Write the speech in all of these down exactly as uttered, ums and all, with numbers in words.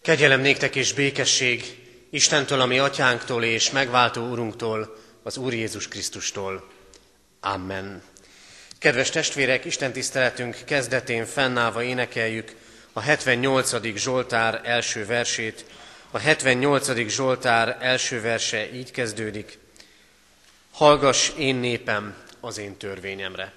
Kegyelem néktek és békesség Istentől, a mi atyánktól és megváltó Urunktól, az Úr Jézus Krisztustól. Amen. Kedves testvérek, istentiszteletünk kezdetén fennállva énekeljük a hetvennyolcadik Zsoltár első versét. A hetvennyolcadik Zsoltár első verse így kezdődik: Hallgass, én népem, az én törvényemre.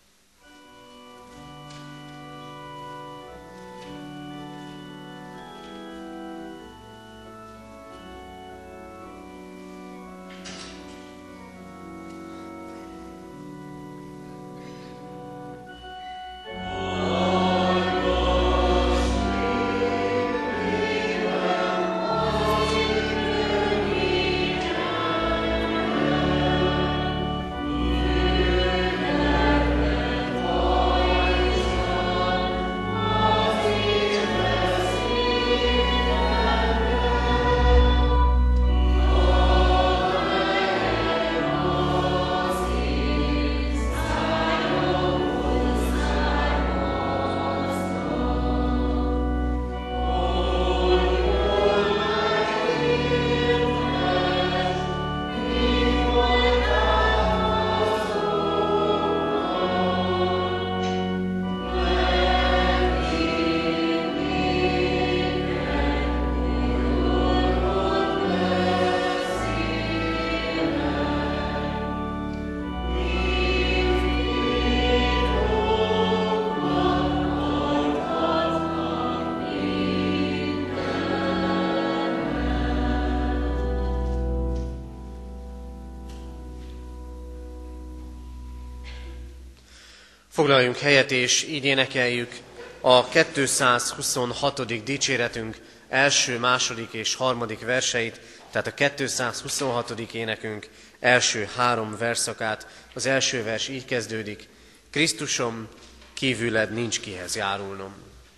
Foglaljunk helyet, és így énekeljük a kétszázhuszonhatodik dicséretünk első, második és harmadik verseit, tehát a kétszázhuszonhatodik énekünk első három verszakát. Az első vers így kezdődik: Krisztusom, kívüled nincs kihez járulnom.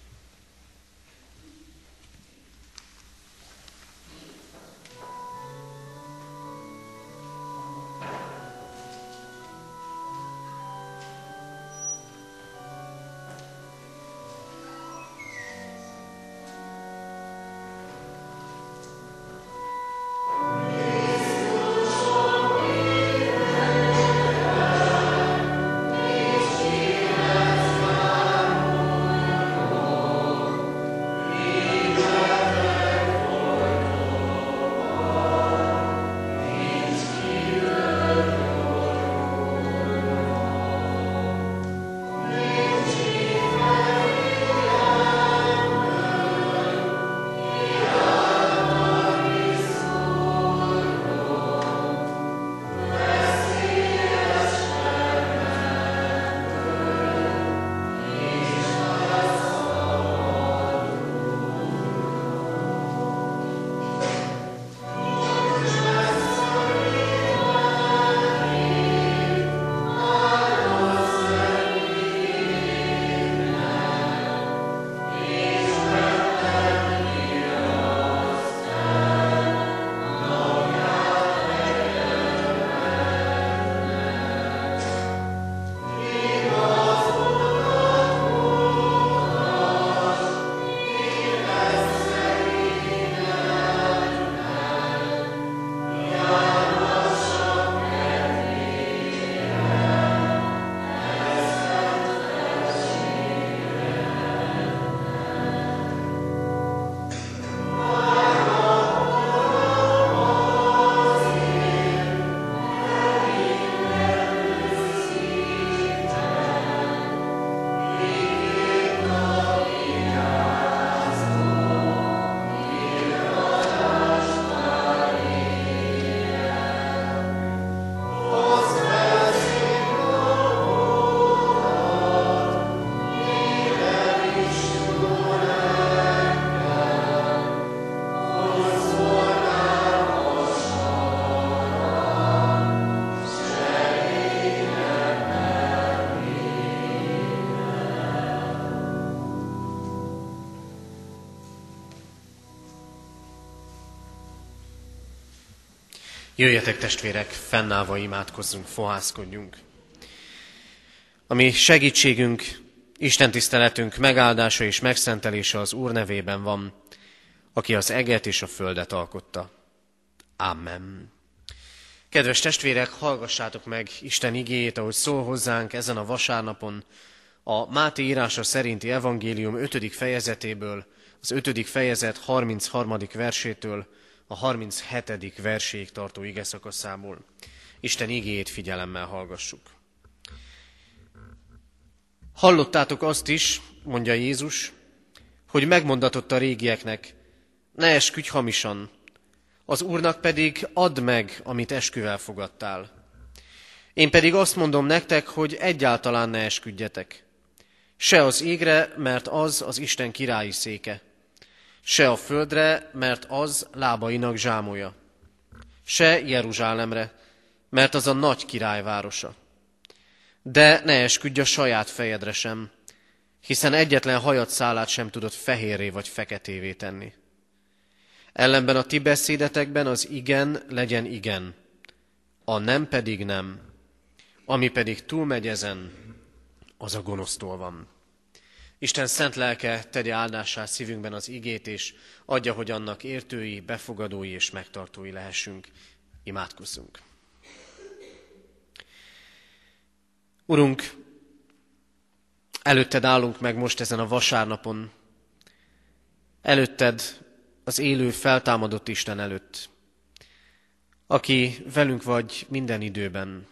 Jöjjetek, testvérek, fennállva imádkozzunk, fohászkodjunk. A mi segítségünk, istentiszteletünk megáldása és megszentelése az Úr nevében van, aki az eget és a földet alkotta. Amen. Kedves testvérek, hallgassátok meg Isten igéjét, ahogy szól hozzánk ezen a vasárnapon, a Máté írása szerinti evangélium ötödik fejezetéből, az ötödik fejezet harmincharmadik versétől a harminchetedik verséig tartó igeszakaszából. Isten igéjét figyelemmel hallgassuk. Hallottátok azt is, mondja Jézus, hogy megmondatott a régieknek, ne esküdj hamisan, az Úrnak pedig add meg, amit esküvel fogadtál. Én pedig azt mondom nektek, hogy egyáltalán ne esküdjetek. Se az égre, mert az az Isten királyi széke, se a földre, mert az lábainak zsámolja, se Jeruzsálemre, mert az a nagy király városa. De ne esküdj a saját fejedre sem, hiszen egyetlen hajadszálát sem tudod fehérré vagy feketévé tenni. Ellenben a ti beszédetekben az igen legyen igen, a nem pedig nem, ami pedig túlmegy ezen, az a gonosztól van. Isten szent lelke tegye áldássá szívünkben az igét, és adja, hogy annak értői, befogadói és megtartói lehessünk. Imádkozzunk. Urunk, előtted állunk meg most ezen a vasárnapon, előtted az élő, feltámadott Isten előtt, aki velünk vagy minden időben.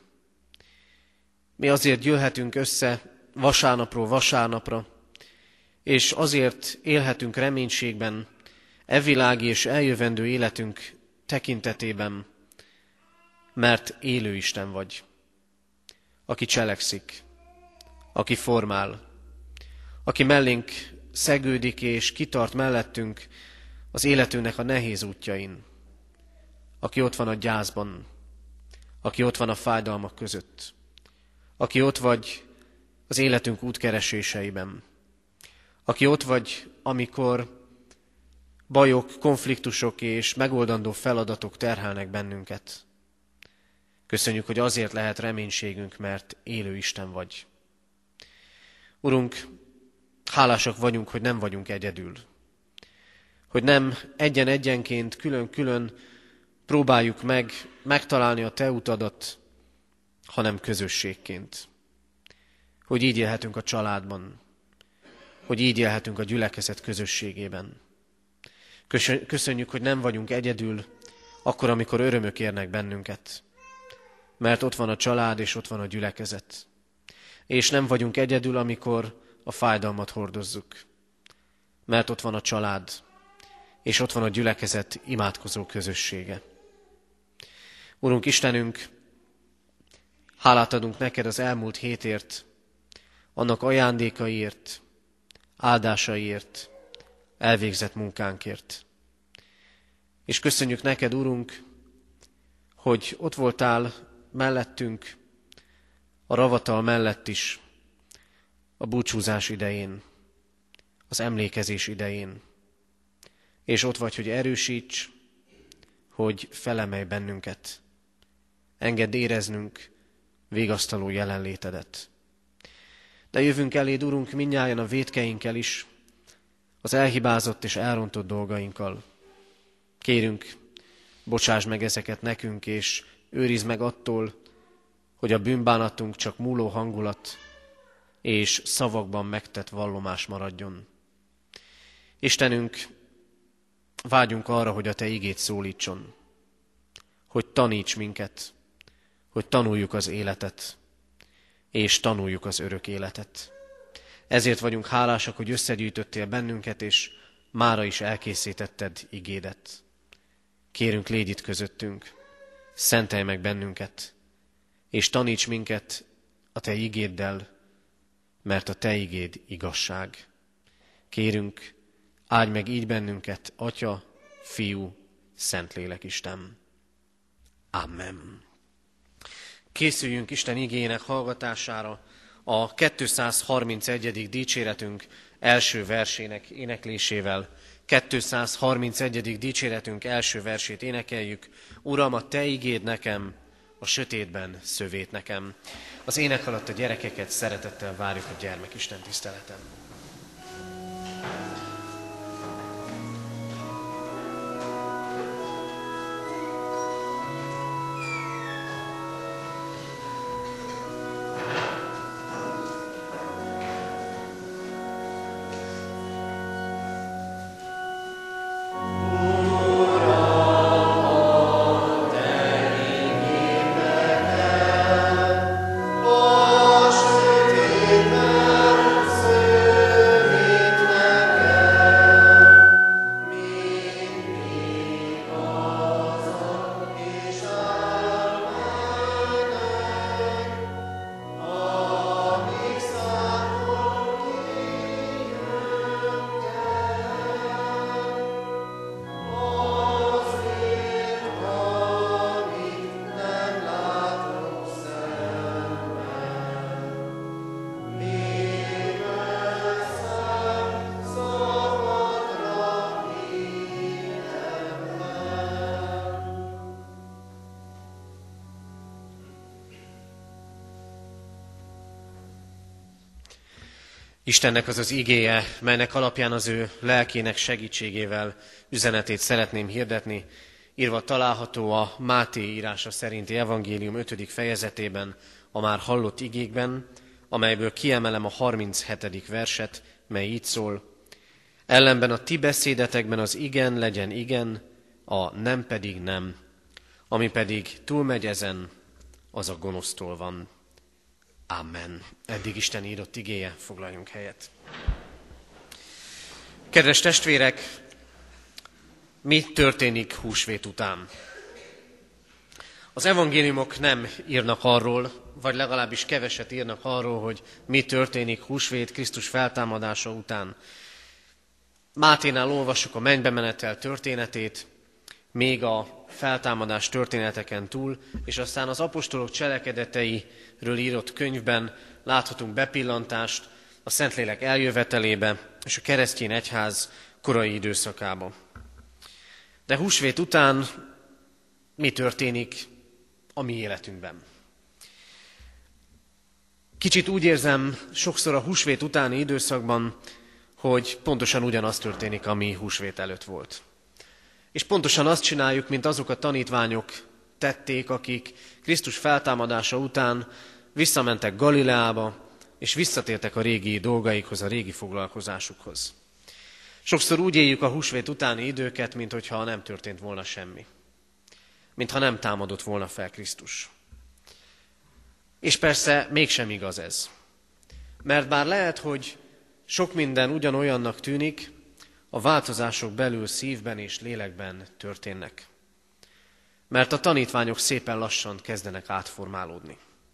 Mi azért gyűlhetünk össze vasárnapról vasárnapra, és azért élhetünk reménységben, evilági és eljövendő életünk tekintetében, mert élő Isten vagy, aki cselekszik, aki formál, aki mellénk szegődik és kitart mellettünk az életünknek a nehéz útjain, aki ott van a gyászban, aki ott van a fájdalmak között, aki ott vagy az életünk útkereséseiben, aki ott vagy, amikor bajok, konfliktusok és megoldandó feladatok terhelnek bennünket. Köszönjük, hogy azért lehet reménységünk, mert élő Isten vagy. Urunk, hálásak vagyunk, hogy nem vagyunk egyedül. Hogy nem egyen-egyenként, külön-külön próbáljuk meg megtalálni a Te utadat, hanem közösségként. Hogy így élhetünk a családban, hogy így élhetünk a gyülekezet közösségében. Köszönjük, hogy nem vagyunk egyedül, akkor, amikor örömök érnek bennünket. Mert ott van a család, és ott van a gyülekezet. És nem vagyunk egyedül, amikor a fájdalmat hordozzuk. Mert ott van a család, és ott van a gyülekezet imádkozó közössége. Urunk Istenünk, hálát adunk neked az elmúlt hétért, annak ajándékaiért, áldásaiért, elvégzett munkánkért. És köszönjük neked, Urunk, hogy ott voltál mellettünk, a ravatal mellett is, a búcsúzás idején, az emlékezés idején. És ott vagy, hogy erősíts, hogy felemelj bennünket. Engedd éreznünk végasztaló jelenlétedet. De jövünk eléd, Urunk, mindnyájan a vétkeinkkel is, az elhibázott és elrontott dolgainkkal. Kérünk, bocsáss meg ezeket nekünk, és őrizd meg attól, hogy a bűnbánatunk csak múló hangulat és szavakban megtett vallomás maradjon. Istenünk, vágyunk arra, hogy a Te igét szólítson, hogy taníts minket, hogy tanuljuk az életet, és tanuljuk az örök életet. Ezért vagyunk hálásak, hogy összegyűjtöttél bennünket, és mára is elkészítetted igédet. Kérünk, légy itt közöttünk, szentelj meg bennünket, és taníts minket a Te igéddel, mert a Te igéd igazság. Kérünk, áldj meg így bennünket, Atya, Fiú, Szentlélek Isten. Amen. Készüljünk Isten igének hallgatására a kétszázharmincegyedik dicséretünk első versének éneklésével. kétszázharmincegyedik dicséretünk első versét énekeljük. Uram, a Te igéd nekem, a sötétben szövét nekem. Az ének alatt a gyerekeket szeretettel várjuk a gyermekisten tiszteleten. Istennek az az igéje, melynek alapján az ő lelkének segítségével üzenetét szeretném hirdetni, írva található a Máté írása szerinti evangélium ötödik fejezetében, a már hallott igékben, amelyből kiemelem a harminchetedik verset, mely így szól: ellenben a ti beszédetekben az igen legyen igen, a nem pedig nem, ami pedig túlmegy ezen, az a gonosztól van. Amen. Eddig Isten írott igéje, foglaljunk helyet. Kedves testvérek, mi történik húsvét után? Az evangéliumok nem írnak arról, vagy legalábbis keveset írnak arról, hogy mi történik húsvét Krisztus feltámadása után. Máténál olvassuk a mennybe menetel történetét, még a feltámadás történeteken túl, és aztán az apostolok cselekedeteiről írott könyvben láthatunk bepillantást a Szentlélek eljövetelébe és a keresztény egyház korai időszakába. De húsvét után mi történik a mi életünkben? Kicsit úgy érzem sokszor a húsvét utáni időszakban, hogy pontosan ugyanaz történik, ami húsvét előtt volt. És pontosan azt csináljuk, mint azok a tanítványok tették, akik Krisztus feltámadása után visszamentek Galileába, és visszatértek a régi dolgaikhoz, a régi foglalkozásukhoz. Sokszor úgy éljük a húsvét utáni időket, mintha nem történt volna semmi. Mintha nem támadott volna fel Krisztus. És persze mégsem igaz ez. Mert bár lehet, hogy sok minden ugyanolyannak tűnik, a változások belül szívben és lélekben történnek. Mert a tanítványok szépen lassan kezdenek átformálódni.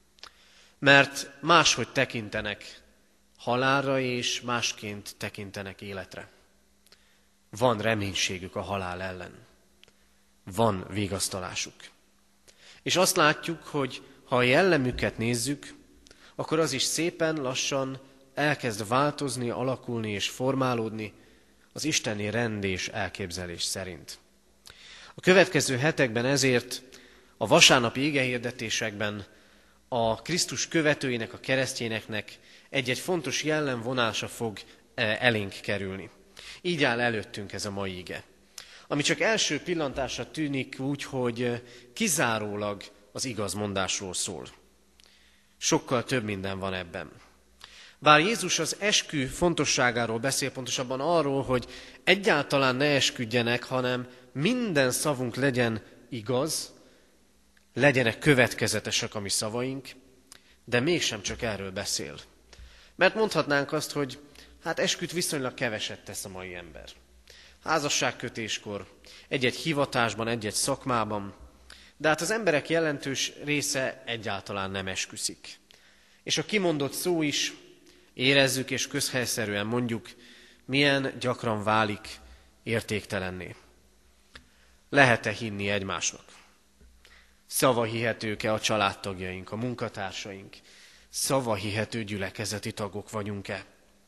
Mert máshogy tekintenek halálra, és másként tekintenek életre. Van reménységük a halál ellen. Van vigasztalásuk. És azt látjuk, hogy ha a jellemüket nézzük, akkor az is szépen lassan elkezd változni, alakulni és formálódni az isteni rend és elképzelés szerint. A következő hetekben ezért a vasárnapi igehirdetésekben a Krisztus követőinek, a keresztényeknek egy-egy fontos jellemvonása fog elénk kerülni. Így áll előttünk ez a mai ige, ami csak első pillantásra tűnik úgy, hogy kizárólag az igazmondásról szól. Sokkal több minden van ebben. Bár Jézus az eskü fontosságáról beszél, pontosabban arról, hogy egyáltalán ne esküdjenek, hanem minden szavunk legyen igaz, legyenek következetesek a mi szavaink, de mégsem csak erről beszél. Mert mondhatnánk azt, hogy hát esküt viszonylag keveset tesz a mai ember. Házasságkötéskor, egy-egy hivatásban, egy-egy szakmában, de hát az emberek jelentős része egyáltalán nem esküszik. És a kimondott szó is, érezzük és közhelyszerűen mondjuk, milyen gyakran válik értéktelenné. Lehet-e hinni egymásnak? Szavahihetők-e a családtagjaink, a munkatársaink? Szavahihető gyülekezeti tagok vagyunk-e?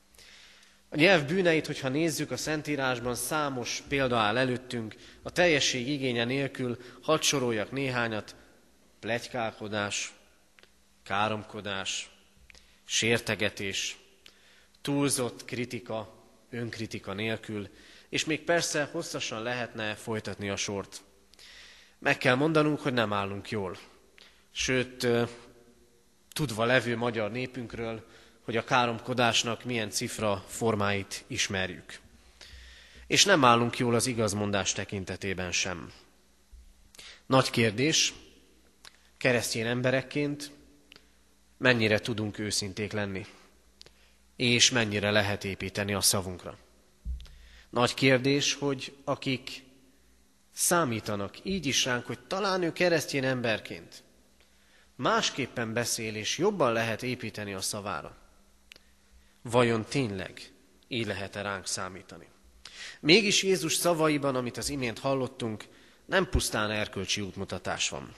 A nyelv bűneit, hogyha nézzük a Szentírásban, számos példa áll előttünk, a teljesség igénye nélkül hadd soroljak néhányat: pletykálkodás, káromkodás, sértegetés, túlzott kritika, önkritika nélkül, és még persze hosszasan lehetne folytatni a sort. Meg kell mondanunk, hogy nem állunk jól. Sőt, tudva levő magyar népünkről, hogy a káromkodásnak milyen cifra formáit ismerjük. És nem állunk jól az igazmondás tekintetében sem. Nagy kérdés, keresztény emberekként mennyire tudunk őszinték lenni, és mennyire lehet építeni a szavunkra. Nagy kérdés, hogy akik számítanak így is ránk, hogy talán ő keresztény emberként másképpen beszél, és jobban lehet építeni a szavára. Vajon tényleg így lehet-e ránk számítani? Mégis Jézus szavaiban, amit az imént hallottunk, nem pusztán erkölcsi útmutatás van.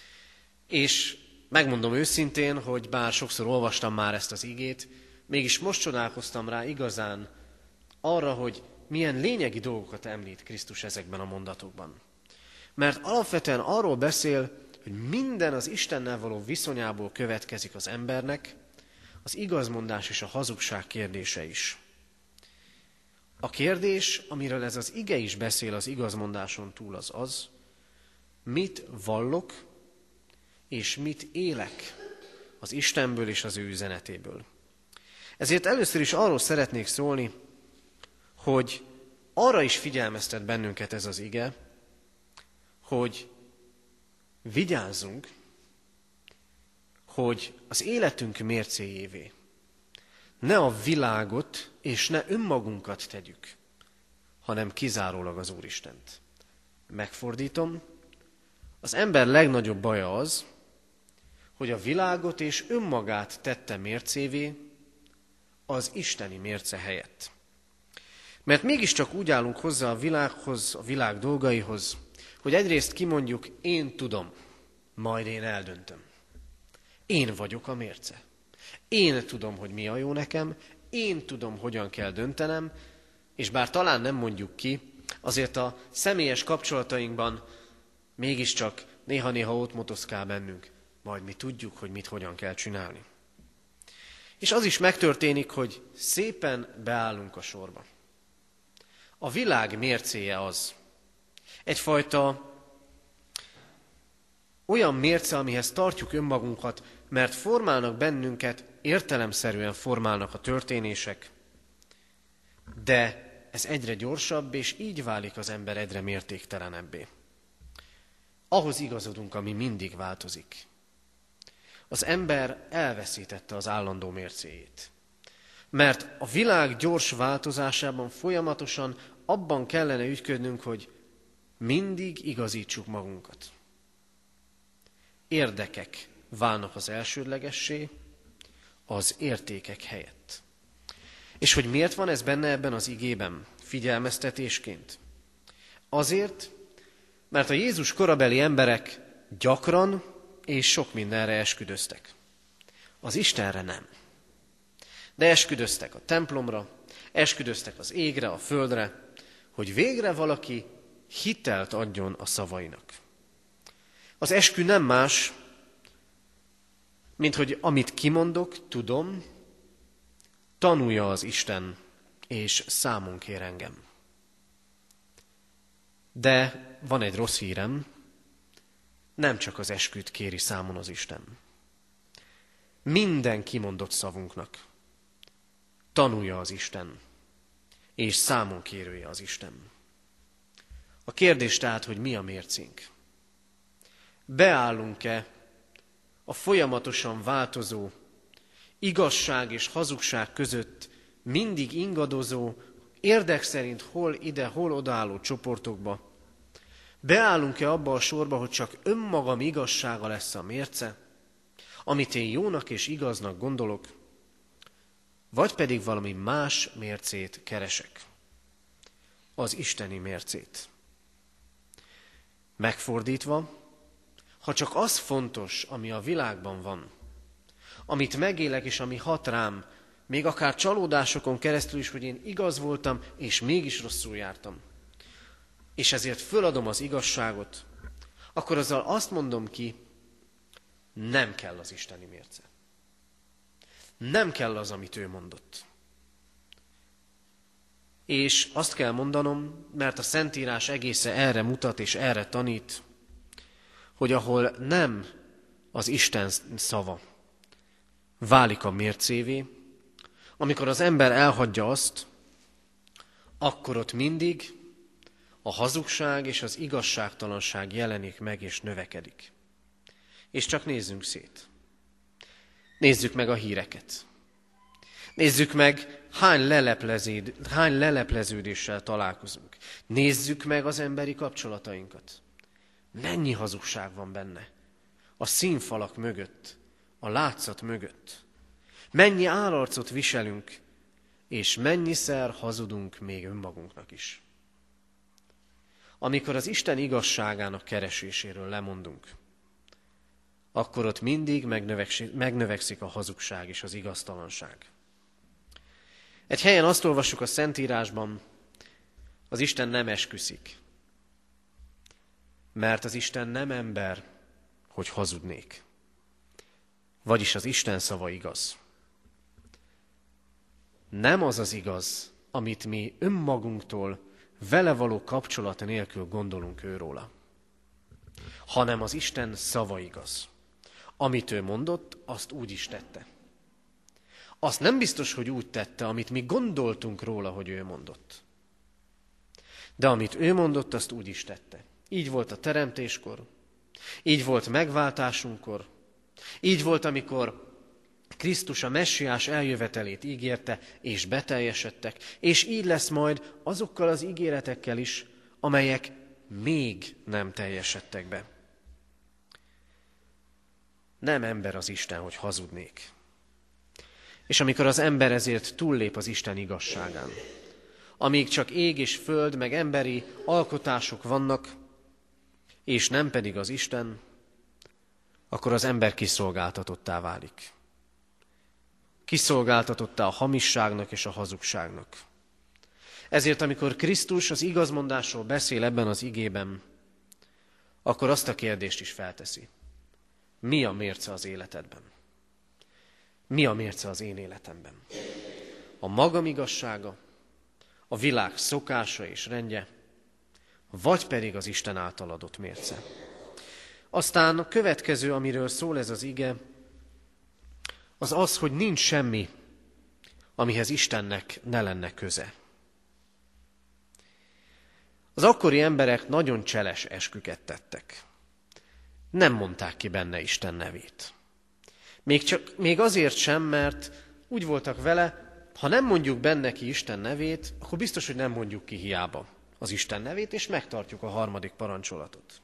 És megmondom őszintén, hogy bár sokszor olvastam már ezt az igét, mégis most csodálkoztam rá igazán arra, hogy milyen lényegi dolgokat említ Krisztus ezekben a mondatokban. Mert alapvetően arról beszél, hogy minden az Istennel való viszonyából következik az embernek, az igazmondás és a hazugság kérdése is. A kérdés, amiről ez az ige is beszél az igazmondáson túl, az az, mit vallok és mit élek az Istenből és az ő üzenetéből. Ezért először is arról szeretnék szólni, hogy arra is figyelmeztet bennünket ez az ige, hogy vigyázzunk, hogy az életünk mércéjévé ne a világot és ne önmagunkat tegyük, hanem kizárólag az Úristent. Megfordítom, az ember legnagyobb baja az, hogy a világot és önmagát tette mércévé az isteni mérce helyett. Mert mégiscsak úgy állunk hozzá a világhoz, a világ dolgaihoz, hogy egyrészt kimondjuk, én tudom, majd én eldöntöm. Én vagyok a mérce. Én tudom, hogy mi a jó nekem, én tudom, hogyan kell döntenem, és bár talán nem mondjuk ki, azért a személyes kapcsolatainkban mégiscsak néha-néha ott motoszkál bennünk, majd mi tudjuk, hogy mit hogyan kell csinálni. És az is megtörténik, hogy szépen beállunk a sorba. A világ mércéje az egyfajta olyan mérce, amihez tartjuk önmagunkat, mert formálnak bennünket, értelemszerűen formálnak a történések, de ez egyre gyorsabb, és így válik az ember egyre mértéktelenebbé. Ahhoz igazodunk, ami mindig változik. Az ember elveszítette az állandó mércéjét. Mert a világ gyors változásában folyamatosan abban kellene ügyködnünk, hogy mindig igazítsuk magunkat. Érdekek válnak az elsődlegessé az értékek helyett. És hogy miért van ez benne ebben az igében, figyelmeztetésként? Azért, mert a Jézus korabeli emberek gyakran és sok mindenre esküdöztek. Az Istenre nem. De esküdöztek a templomra, esküdöztek az égre, a földre, hogy végre valaki hitelt adjon a szavainak. Az eskü nem más, mint hogy amit kimondok, tudom, tanulja az Isten, és számon kér engem. De van egy rossz hírem, nem csak az esküt kéri számon az Isten. Minden kimondott szavunknak tanulja az Isten, és számon kérője az Isten. A kérdés tehát, hogy mi a mércénk? Beállunk-e a folyamatosan változó, igazság és hazugság között mindig ingadozó, érdek szerint hol ide, hol odaálló csoportokba? Beállunk-e abba a sorba, hogy csak önmagam igazsága lesz a mérce, amit én jónak és igaznak gondolok, vagy pedig valami más mércét keresek? Az isteni mércét. Megfordítva, ha csak az fontos, ami a világban van, amit megélek és ami hat rám, még akár csalódásokon keresztül is, hogy én igaz voltam, és mégis rosszul jártam, és ezért föladom az igazságot, akkor azzal azt mondom ki, nem kell az isteni mérce. Nem kell az, amit ő mondott. És azt kell mondanom, mert a Szentírás egésze erre mutat és erre tanít, hogy ahol nem az Isten szava válik a mércévé, amikor az ember elhagyja azt, akkor ott mindig a hazugság és az igazságtalanság jelenik meg és növekedik. És csak nézzünk szét. Nézzük meg a híreket. Nézzük meg, hány, lelepleződ, hány lelepleződéssel találkozunk. Nézzük meg az emberi kapcsolatainkat. Mennyi hazugság van benne. A színfalak mögött, a látszat mögött. Mennyi állarcot viselünk, és mennyiszer hazudunk még önmagunknak is. Amikor az Isten igazságának kereséséről lemondunk, akkor ott mindig megnövekszik, megnövekszik a hazugság és az igaztalanság. Egy helyen azt olvassuk a Szentírásban, az Isten nem esküszik, mert az Isten nem ember, hogy hazudnék. Vagyis az Isten szava igaz. nem az az igaz, amit mi önmagunktól, vele való kapcsolat nélkül gondolunk őróla, hanem az Isten szava igaz. Amit ő mondott, azt úgy is tette. Azt nem biztos, hogy úgy tette, amit mi gondoltunk róla, hogy ő mondott. De amit ő mondott, azt úgy is tette. Így volt a teremtéskor, így volt megváltásunkkor, így volt, amikor Krisztus a messiás eljövetelét ígérte, és beteljesedtek, és így lesz majd azokkal az ígéretekkel is, amelyek még nem teljesedtek be. Nem ember az Isten, hogy hazudnék. És amikor az ember ezért túllép az Isten igazságán, amíg csak ég és föld, meg emberi alkotások vannak, és nem pedig az Isten, akkor az ember kiszolgáltatottá válik. Kiszolgáltatottá a hamisságnak és a hazugságnak. Ezért, amikor Krisztus az igazmondásról beszél ebben az igében, akkor azt a kérdést is felteszi. Mi a mérce az életedben? Mi a mérce az én életemben? A magam igazsága, a világ szokása és rendje, vagy pedig az Isten által adott mérce? Aztán a következő, amiről szól ez az ige, az az, hogy nincs semmi, amihez Istennek ne lenne köze. Az akkori emberek nagyon cseles esküket tettek. Nem mondták ki benne Isten nevét. Még, csak, még azért sem, mert úgy voltak vele, ha nem mondjuk benne ki Isten nevét, akkor biztos, hogy nem mondjuk ki hiába az Isten nevét, és megtartjuk a harmadik parancsolatot.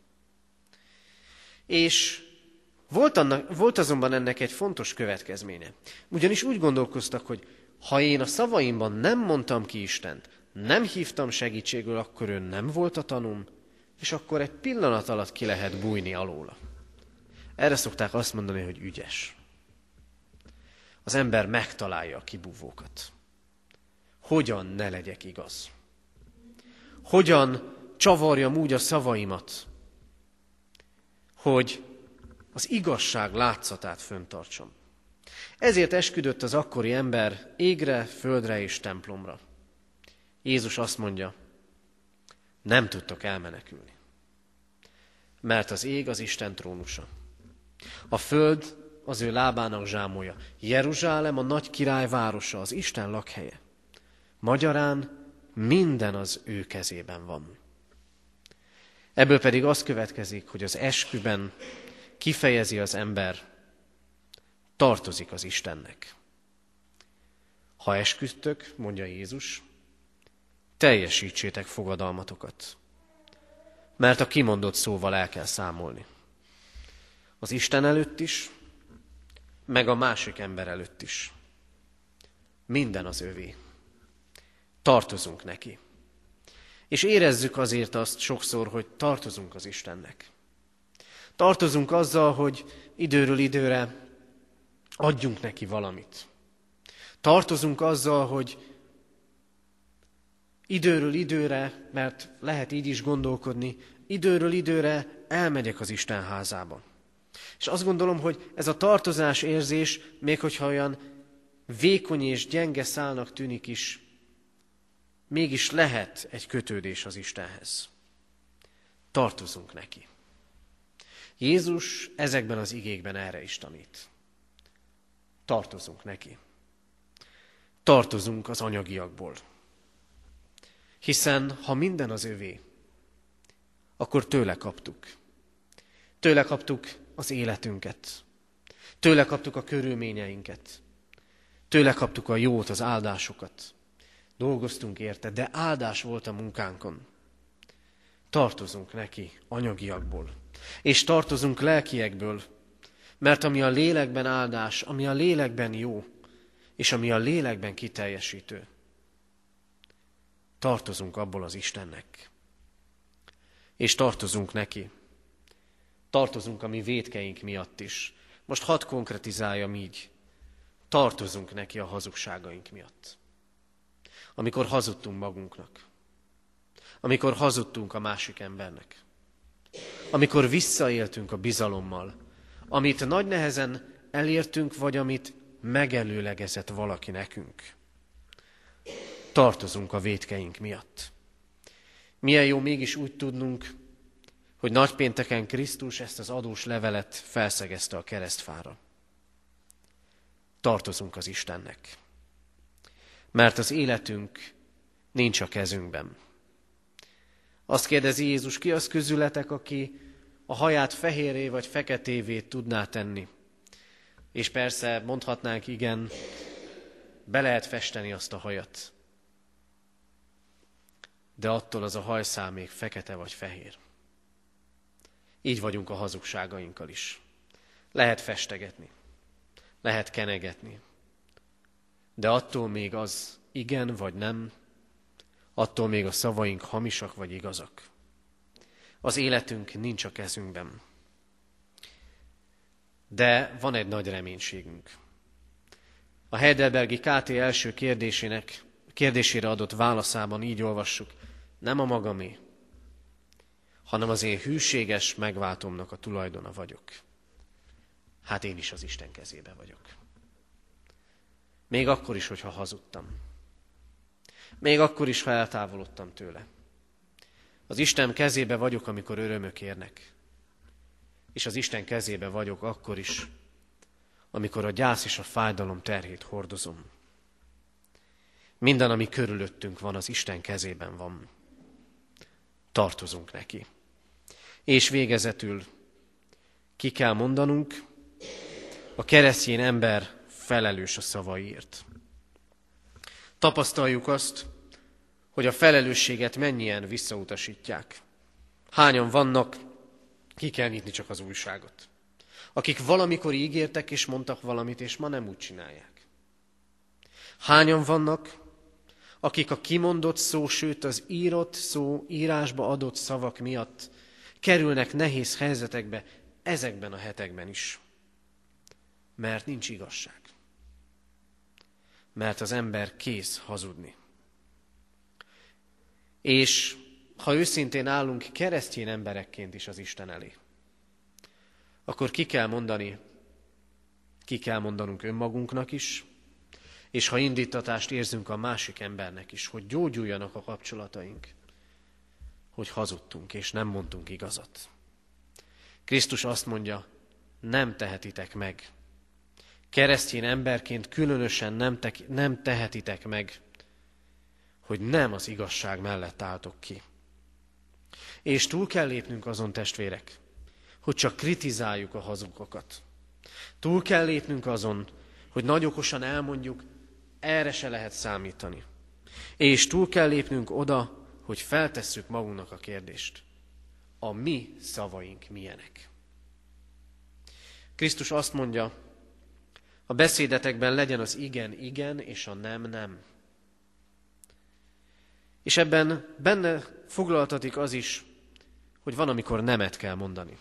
És volt, annak, volt azonban ennek egy fontos következménye. Ugyanis úgy gondolkoztak, hogy ha én a szavaimban nem mondtam ki Istent, nem hívtam segítségül, akkor ő nem volt a tanúm, és akkor egy pillanat alatt ki lehet bújni alóla. Erre szokták azt mondani, hogy ügyes. Az ember megtalálja a kibúvókat. Hogyan ne legyek igaz? Hogyan csavarjam úgy a szavaimat, hogy az igazság látszatát föntartsam. Ezért esküdött az akkori ember égre, földre és templomra. Jézus azt mondja, nem tudtok elmenekülni, mert az ég az Isten trónusa. A föld az ő lábának zsámolja. Jeruzsálem a nagy király városa, az Isten lakhelye. Magyarán minden az ő kezében van. Ebből pedig az következik, hogy az esküben kifejezi az ember, tartozik az Istennek. Ha esküdtök, mondja Jézus, teljesítsétek fogadalmatokat, mert a kimondott szóval el kell számolni. Az Isten előtt is, meg a másik ember előtt is. Minden az övé. Tartozunk neki. És érezzük azért azt sokszor, hogy tartozunk az Istennek. Tartozunk azzal, hogy időről időre adjunk neki valamit. Tartozunk azzal, hogy időről időre, mert lehet így is gondolkodni, időről időre elmegyek az Isten házába. És azt gondolom, hogy ez a tartozás érzés, még hogyha olyan vékony és gyenge szálnak tűnik is, mégis lehet egy kötődés az Istenhez. Tartozunk neki. Jézus ezekben az igékben erre is tanít. Tartozunk neki. Tartozunk az anyagiakból. Hiszen ha minden az övé, akkor tőle kaptuk. Tőle kaptuk az életünket. Tőle kaptuk a körülményeinket. Tőle kaptuk a jót, az áldásokat. Dolgoztunk érte, de áldás volt a munkánkon. Tartozunk neki anyagiakból. És tartozunk lelkiekből, mert ami a lélekben áldás, ami a lélekben jó, és ami a lélekben kiteljesítő, tartozunk abból az Istennek. És tartozunk neki. Tartozunk a mi vétkeink miatt is. Most hadd konkretizáljam így. Tartozunk neki a hazugságaink miatt. Amikor hazudtunk magunknak. Amikor hazudtunk a másik embernek. Amikor visszaéltünk a bizalommal, amit nagy nehezen elértünk, vagy amit megelőlegezett valaki nekünk. tartozunk a vétkeink miatt. Milyen jó mégis úgy tudnunk, hogy nagypénteken Krisztus ezt az adós levelet felszegezte a keresztfára. Tartozunk az Istennek, mert az életünk nincs a kezünkben. Azt kérdezi Jézus, ki az közületek, aki a haját fehérré vagy feketévé tudná tenni? És persze mondhatnánk, igen, be lehet festeni azt a hajat. De attól az a hajszál még fekete vagy fehér. Így vagyunk a hazugságainkkal is. Lehet festegetni, lehet kenegetni, de attól még az igen vagy nem, attól még a szavaink hamisak vagy igazak. Az életünk nincs a kezünkben. De van egy nagy reménységünk. A Heidelbergi ká té első kérdésének, kérdésére adott válaszában így olvassuk, nem a magamé, hanem az én hűséges megváltomnak a tulajdona vagyok. Hát én is az Isten kezébe vagyok. Még akkor is, hogyha hazudtam. Még akkor is, ha eltávolodtam tőle. Az Isten kezébe vagyok, amikor örömök érnek. És az Isten kezébe vagyok akkor is, amikor a gyász és a fájdalom terhét hordozom. Minden, ami körülöttünk van, az Isten kezében van. Tartozunk neki. És végezetül ki kell mondanunk, a keresztény ember felelős a szavaiért. Tapasztaljuk azt, hogy a felelősséget mennyien visszautasítják. Hányan vannak, ki kell nyitni csak az újságot, akik valamikor ígértek és mondtak valamit, és ma nem úgy csinálják. Hányan vannak, akik a kimondott szó, sőt az írott szó, írásba adott szavak miatt kerülnek nehéz helyzetekbe ezekben a hetekben is. Mert nincs igazság. Mert az ember kész hazudni. És ha őszintén állunk keresztény emberekként is az Isten elé, akkor ki kell mondani, ki kell mondanunk önmagunknak is, és ha indítatást érzünk a másik embernek is, hogy gyógyuljanak a kapcsolataink, hogy hazudtunk és nem mondtunk igazat. Krisztus azt mondja, nem tehetitek meg. Keresztény emberként különösen nem, te, nem tehetitek meg, hogy nem az igazság mellett álltok ki. És túl kell lépnünk azon, testvérek, hogy csak kritizáljuk a hazugokat. Túl kell lépnünk azon, hogy nagy okosan elmondjuk, erre se lehet számítani. És túl kell lépnünk oda, hogy feltesszük magunknak a kérdést. A mi szavaink milyenek? Krisztus azt mondja, a beszédetekben legyen az igen, igen, és a nem, nem. És ebben benne foglaltatik az is, hogy van, amikor nemet kell mondani.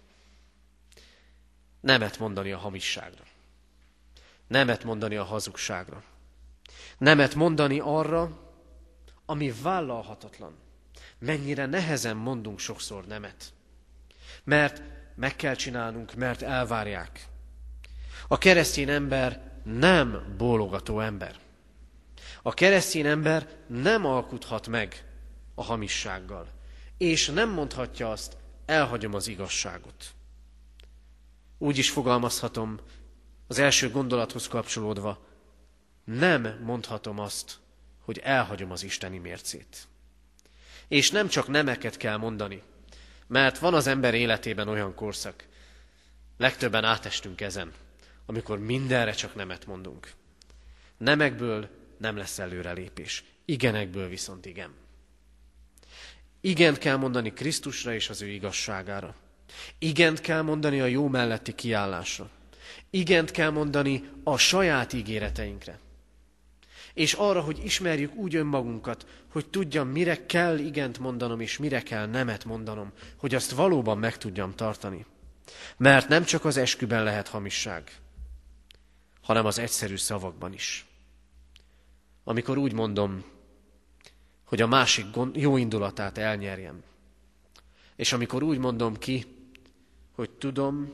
Nemet mondani a hamisságra. Nemet mondani a hazugságra. Nemet mondani arra, ami vállalhatatlan. Mennyire nehezen mondunk sokszor nemet. Mert meg kell csinálnunk, mert elvárják. A keresztény ember nem bólogató ember. A keresztény ember nem alkuthat meg a hamissággal. És nem mondhatja azt, elhagyom az igazságot. Úgy is fogalmazhatom, az első gondolathoz kapcsolódva, nem mondhatom azt, hogy elhagyom az isteni mércét. És nem csak nemeket kell mondani, mert van az ember életében olyan korszak, legtöbben átestünk ezen, amikor mindenre csak nemet mondunk. Nemekből nem lesz előrelépés, igenekből viszont igen. Igent kell mondani Krisztusra és az ő igazságára. Igent kell mondani a jó melletti kiállásra. Igent kell mondani a saját ígéreteinkre. És arra, hogy ismerjük úgy önmagunkat, hogy tudjam, mire kell igent mondanom, és mire kell nemet mondanom, hogy azt valóban meg tudjam tartani. Mert nem csak az esküben lehet hamisság, hanem az egyszerű szavakban is. Amikor úgy mondom, hogy a másik jó indulatát elnyerjem, és amikor úgy mondom ki, hogy tudom,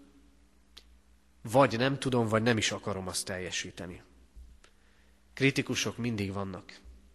vagy nem tudom, vagy nem is akarom azt teljesíteni. Kritikusok mindig vannak.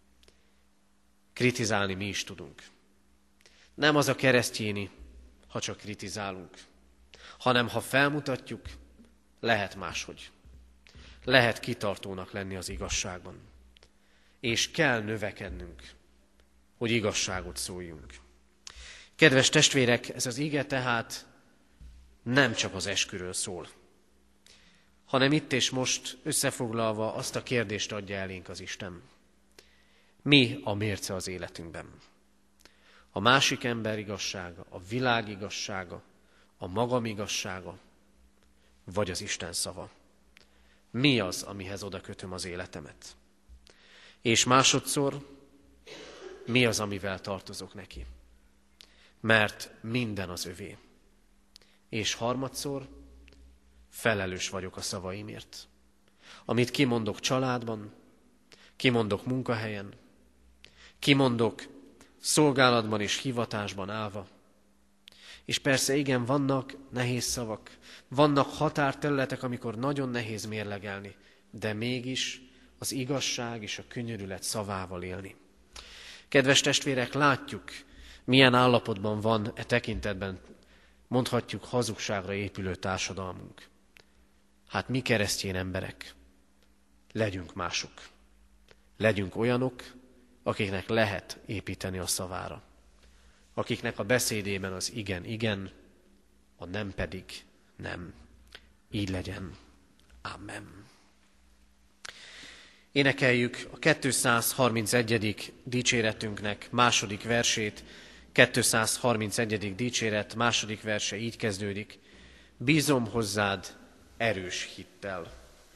kritizálni mi is tudunk. Nem az a keresztjéni, ha csak kritizálunk, hanem ha felmutatjuk, lehet máshogy. Lehet kitartónak lenni az igazságban. És kell növekednünk, hogy igazságot szóljunk. Kedves testvérek, ez az ige tehát nem csak az esküről szól, hanem itt és most összefoglalva azt a kérdést adja elénk az Isten. Mi a mérce az életünkben? A másik ember igazsága, a világ igazsága, a magam igazsága, vagy az Isten szava? Mi az, amihez oda kötöm az életemet? És másodszor, mi az, amivel tartozok neki? Mert minden az övé. És harmadszor, felelős vagyok a szavaimért. Amit kimondok családban, kimondok munkahelyen, kimondok szolgálatban és hivatásban állva. És persze igen, vannak nehéz szavak, vannak határterületek, amikor nagyon nehéz mérlegelni, de mégis az igazság és a könyörület szavával élni. Kedves testvérek, látjuk, milyen állapotban van e tekintetben, mondhatjuk, hazugságra épülő társadalmunk. Hát mi keresztény emberek, legyünk mások. Legyünk olyanok, akiknek lehet építeni a szavára. Akiknek a beszédében az igen, igen, a nem pedig nem. Így legyen. Amen. Énekeljük a kétszázharmincegyedik dicséretünknek második versét. kétszázharmincegyedik dicséret második verse így kezdődik. Bízom hozzád erős hittel.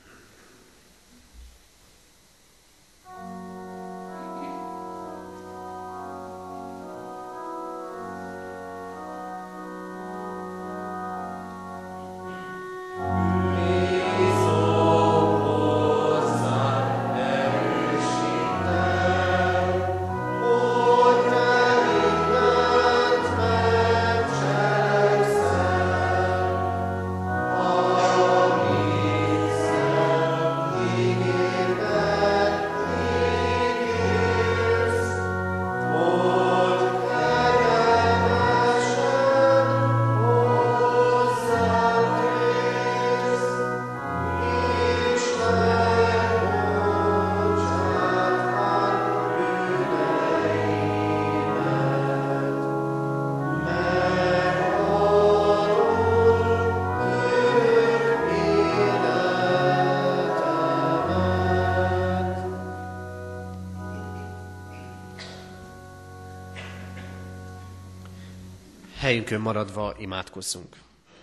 Helyünkön maradva imádkozzunk.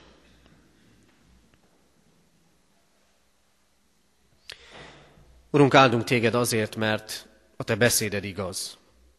Urunk, áldunk téged azért, mert a te beszéded igaz.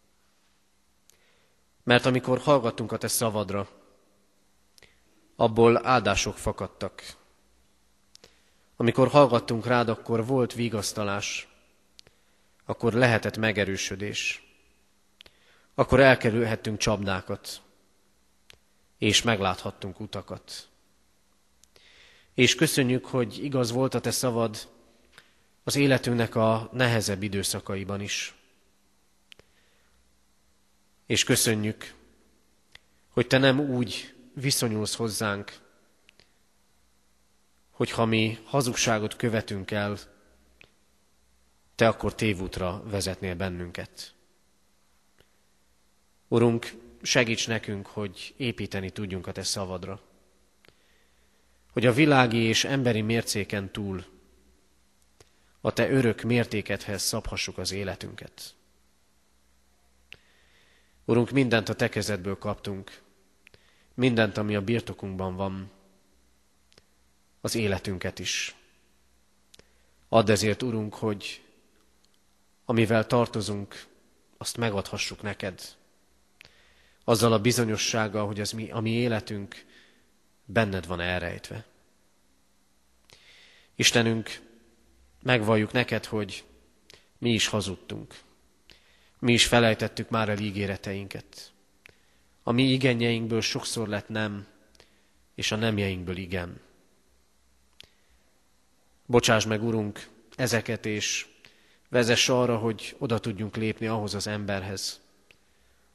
Mert amikor hallgattunk a te szavadra, abból áldások fakadtak. Amikor hallgattunk rád, akkor volt vigasztalás, akkor lehetett megerősödés. Akkor elkerülhettünk csapdákat, és megláthattunk utakat. És köszönjük, hogy igaz volt a te szavad az életünknek a nehezebb időszakaiban is. És köszönjük, hogy te nem úgy viszonyulsz hozzánk, hogy ha mi hazugságot követünk el, te akkor tévútra vezetnél bennünket. Urunk, segíts nekünk, hogy építeni tudjunk a te szavadra. Hogy a világi és emberi mércéken túl a te örök mértékedhez szabhassuk az életünket. Urunk, mindent a te kezedből kaptunk, mindent, ami a birtokunkban van, az életünket is. Add ezért, Urunk, hogy amivel tartozunk, azt megadhassuk neked, azzal a bizonyossággal, hogy az mi, a mi életünk benned van elrejtve. Istenünk, megvalljuk neked, hogy mi is hazudtunk. Mi is felejtettük már el ígéreteinket. A mi igenjeinkből sokszor lett nem, és a nemjeinkből igen. Bocsáss meg, Urunk, ezeket, és vezess arra, hogy oda tudjunk lépni ahhoz az emberhez,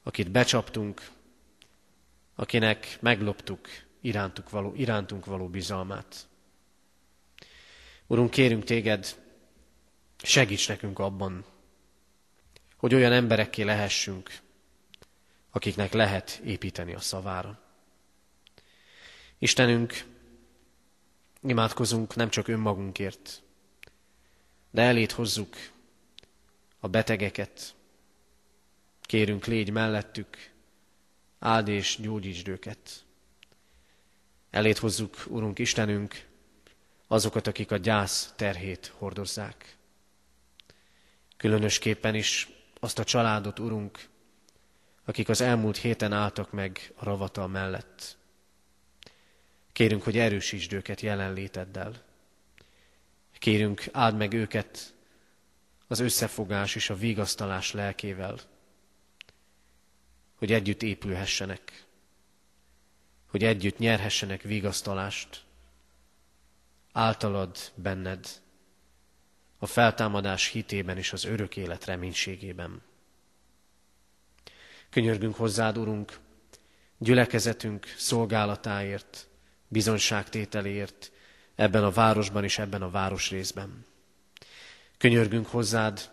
akit becsaptunk, akinek megloptuk irántuk való, irántunk való bizalmát. Urunk, kérünk téged, segíts nekünk abban, hogy olyan emberekké lehessünk, akiknek lehet építeni a szavára. Istenünk, imádkozunk nem csak önmagunkért, de eléd hozzuk a betegeket. Kérünk, légy mellettük, áld és gyógyítsd őket. Eléd hozzuk, Urunk Istenünk, azokat, akik a gyász terhét hordozzák. Különösképpen is azt a családot, Urunk, akik az elmúlt héten álltak meg a ravatal mellett. Kérünk, hogy erősítsd őket jelenléteddel. Kérünk, áld meg őket az összefogás és a vigasztalás lelkével, hogy együtt épülhessenek, hogy együtt nyerhessenek vigasztalást, általad benned, a feltámadás hitében és az örök élet reménységében. Könyörgünk hozzád, Urunk, gyülekezetünk szolgálatáért, bizonyságtételéért ebben a városban és ebben a városrészben. Könyörgünk hozzád,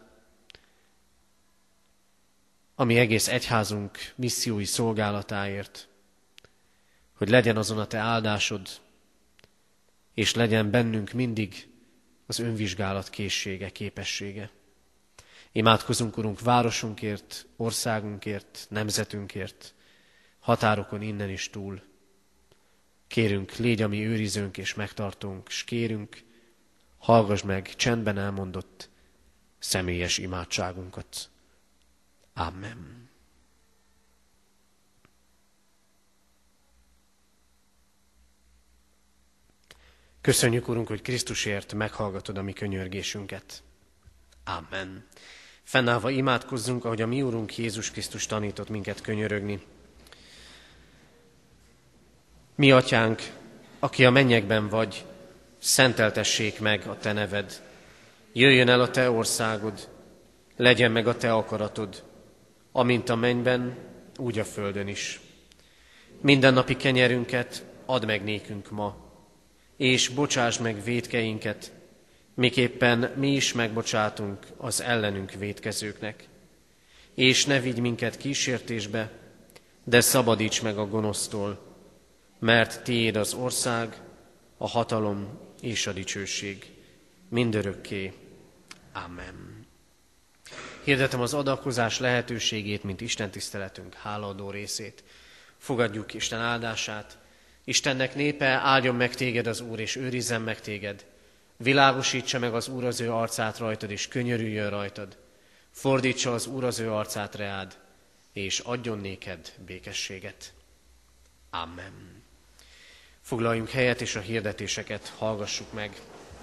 ami egész egyházunk missziói szolgálatáért, hogy legyen azon a te áldásod, és legyen bennünk mindig az önvizsgálat készsége, képessége. Imádkozunk, Urunk, városunkért, országunkért, nemzetünkért, határokon innen is túl. Kérünk, légy a mi őrizőnk és megtartónk, s kérünk, hallgass meg csendben elmondott személyes imádságunkat. Amen. Köszönjük, Urunk, hogy Krisztusért meghallgatod a mi könyörgésünket. Amen. Fennállva imádkozzunk, ahogy a mi Urunk Jézus Krisztus tanított minket könyörögni. Mi atyánk, aki a mennyekben vagy, szenteltessék meg a te neved. Jöjjön el a te országod, legyen meg a te akaratod, amint a mennyben, úgy a földön is. Mindennapi kenyerünket add meg nékünk ma, és bocsásd meg vétkeinket, miképpen mi is megbocsátunk az ellenünk vétkezőknek. És ne vigy minket kísértésbe, de szabadíts meg a gonosztól, mert tiéd az ország, a hatalom és a dicsőség mindörökké. Amen. Hirdetem az adakozás lehetőségét, mint Isten tiszteletünk hálaadó részét. Fogadjuk Isten áldását. Istennek népe, áldjon meg téged az Úr, és őrizzen meg téged. Világosítsa meg az Úr az ő arcát rajtad, és könyörüljön rajtad. Fordítsa az Úr az ő arcát reád, és adjon néked békességet. Amen. Foglaljunk helyet, és a hirdetéseket hallgassuk meg.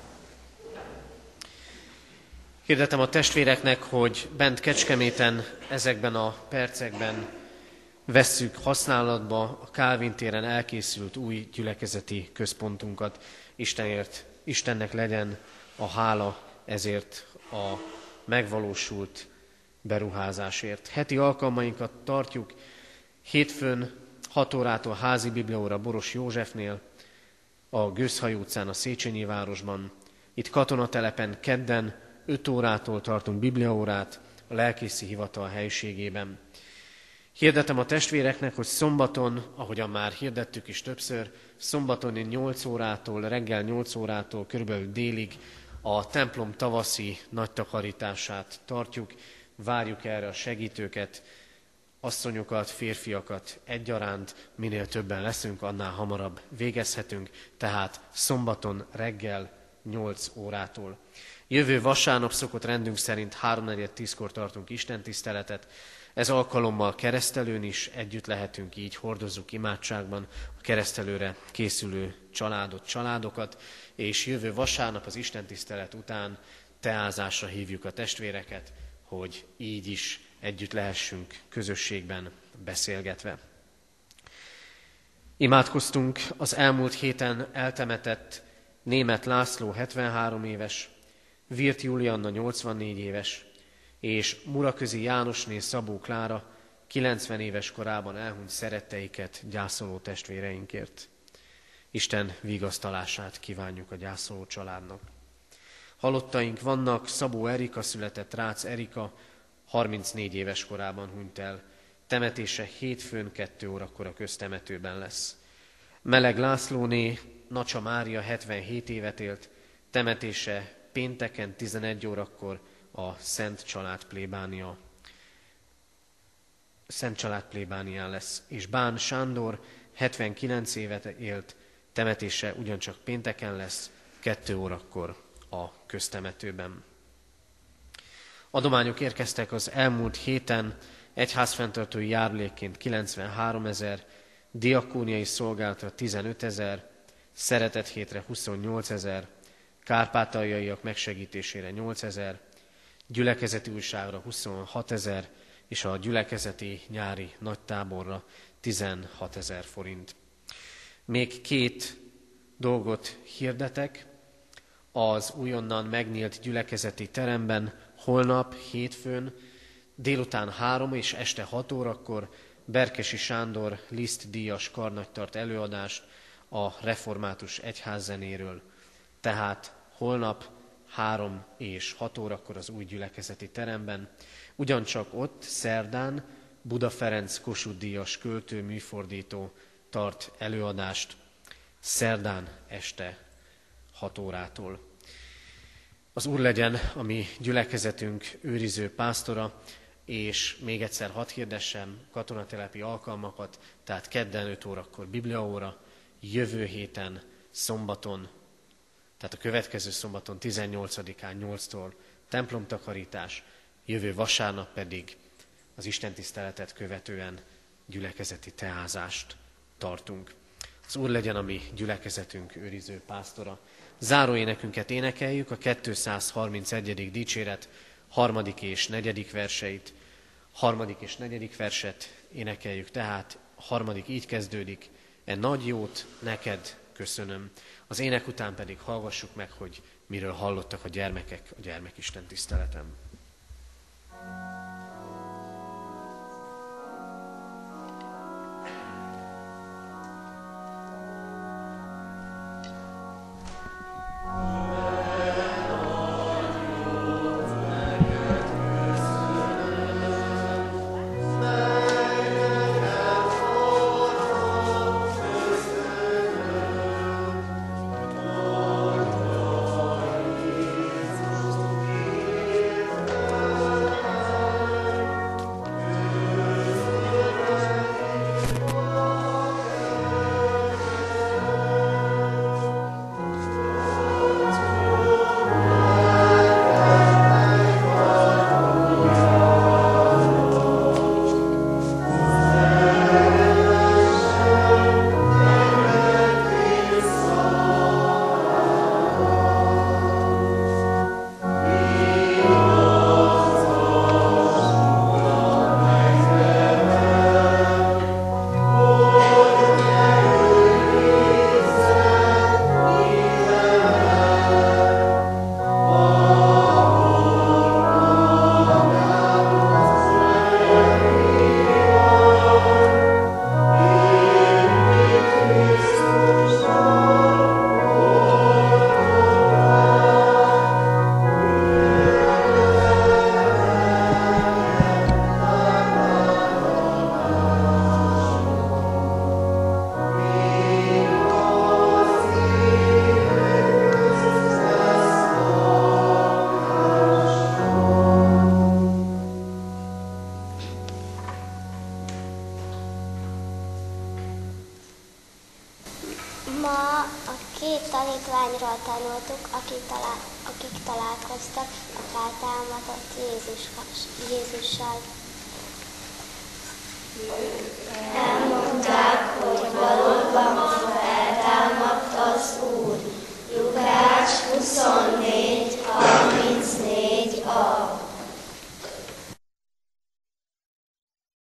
Hirdetem a testvéreknek, hogy bent Kecskeméten ezekben a percekben vesszük használatba a Kálvin téren elkészült új gyülekezeti központunkat. Istenért, Istennek legyen a hála ezért a megvalósult beruházásért. Heti alkalmainkat tartjuk hétfőn hat órától házi bibliaóra Boros Józsefnél, a Gőzhajó utcán a Széchenyi városban. Itt katonatelepen kedden öt órától tartunk bibliaórát a lelkészi hivatal helységében. Hirdetem a testvéreknek, hogy szombaton, ahogyan már hirdettük is többször, szombaton nyolc órától, reggel nyolc órától körülbelül délig a templom tavaszi nagy takarítását tartjuk. Várjuk erre a segítőket, asszonyokat, férfiakat egyaránt, minél többen leszünk, annál hamarabb végezhetünk, tehát szombaton reggel nyolc órától. Jövő vasárnap szokott rendünk szerint háromnegyed tízkor tartunk istentiszteletet. Ez alkalommal keresztelőn is együtt lehetünk, így hordozzuk imádságban a keresztelőre készülő családot, családokat, és jövő vasárnap az istentisztelet után teázásra hívjuk a testvéreket, hogy így is együtt lehessünk közösségben beszélgetve. Imádkoztunk az elmúlt héten eltemetett Németh László hetvenhárom éves, Virt Julianna nyolcvannégy éves, és Muraközi Jánosné Szabó Klára kilencven éves korában elhunyt szeretteiket gyászoló testvéreinkért. Isten vigasztalását kívánjuk a gyászoló családnak. Halottaink vannak, Szabó Erika született, Rácz Erika, harmincnégy éves korában hunyt el. Temetése hétfőn kettő órakor a köztemetőben lesz. Meleg Lászlóné, Nacsa Mária hetvenhét évet élt, temetése pénteken tizenegy órakor a Szent Család plébánia. Szent Család plébánián lesz. És Bán Sándor hetvenkilenc évet élt, temetése ugyancsak pénteken lesz, kettő órakor a köztemetőben. Adományok érkeztek az elmúlt héten, egyházfenntartói járulékként kilencvenhárom ezer, diakóniai szolgálatra tizenöt ezer, szeretet hétre huszonnyolc ezer, kárpátaljaiak megsegítésére nyolc ezer, gyülekezeti újságra huszonhat ezer, és a gyülekezeti nyári nagytáborra tizenhat ezer forint. Még két dolgot hirdetek. Az újonnan megnyílt gyülekezeti teremben holnap, hétfőn, délután három és este hat órakor Berkesi Sándor Liszt díjas karnagy tart előadást a református egyházzenéről. Tehát holnap három és hat órakor az új gyülekezeti teremben. Ugyancsak ott szerdán Buda Ferenc Kossuth díjas költő, műfordító tart előadást szerdán este hat órától. Az Úr legyen a mi gyülekezetünk őriző pásztora, és még egyszer hadd hirdessem katonatelepi alkalmakat, tehát kedden öt órakor bibliaóra, jövő héten szombaton, tehát a következő szombaton tizennyolcadikán nyolctól templomtakarítás, jövő vasárnap pedig az istentiszteletet követően gyülekezeti teázást tartunk. Az Úr legyen a mi gyülekezetünk őriző pásztora. Záróénekünket énekeljük, a kétszázharmincegyedik dicséret harmadik és negyedik verseit. Harmadik és negyedik verset énekeljük, tehát a harmadik így kezdődik: e nagy jót neked köszönöm. Az ének után pedig hallgassuk meg, hogy miről hallottak a gyermekek a gyermekisten tiszteletem. Ma a két tanítványról tanultuk, akik, talál, akik találkoztak a feltámadott Jézus, Jézussal. Elmondták, hogy valóban feltámadt az Úr. Lukács huszonnégy harmincnégy a.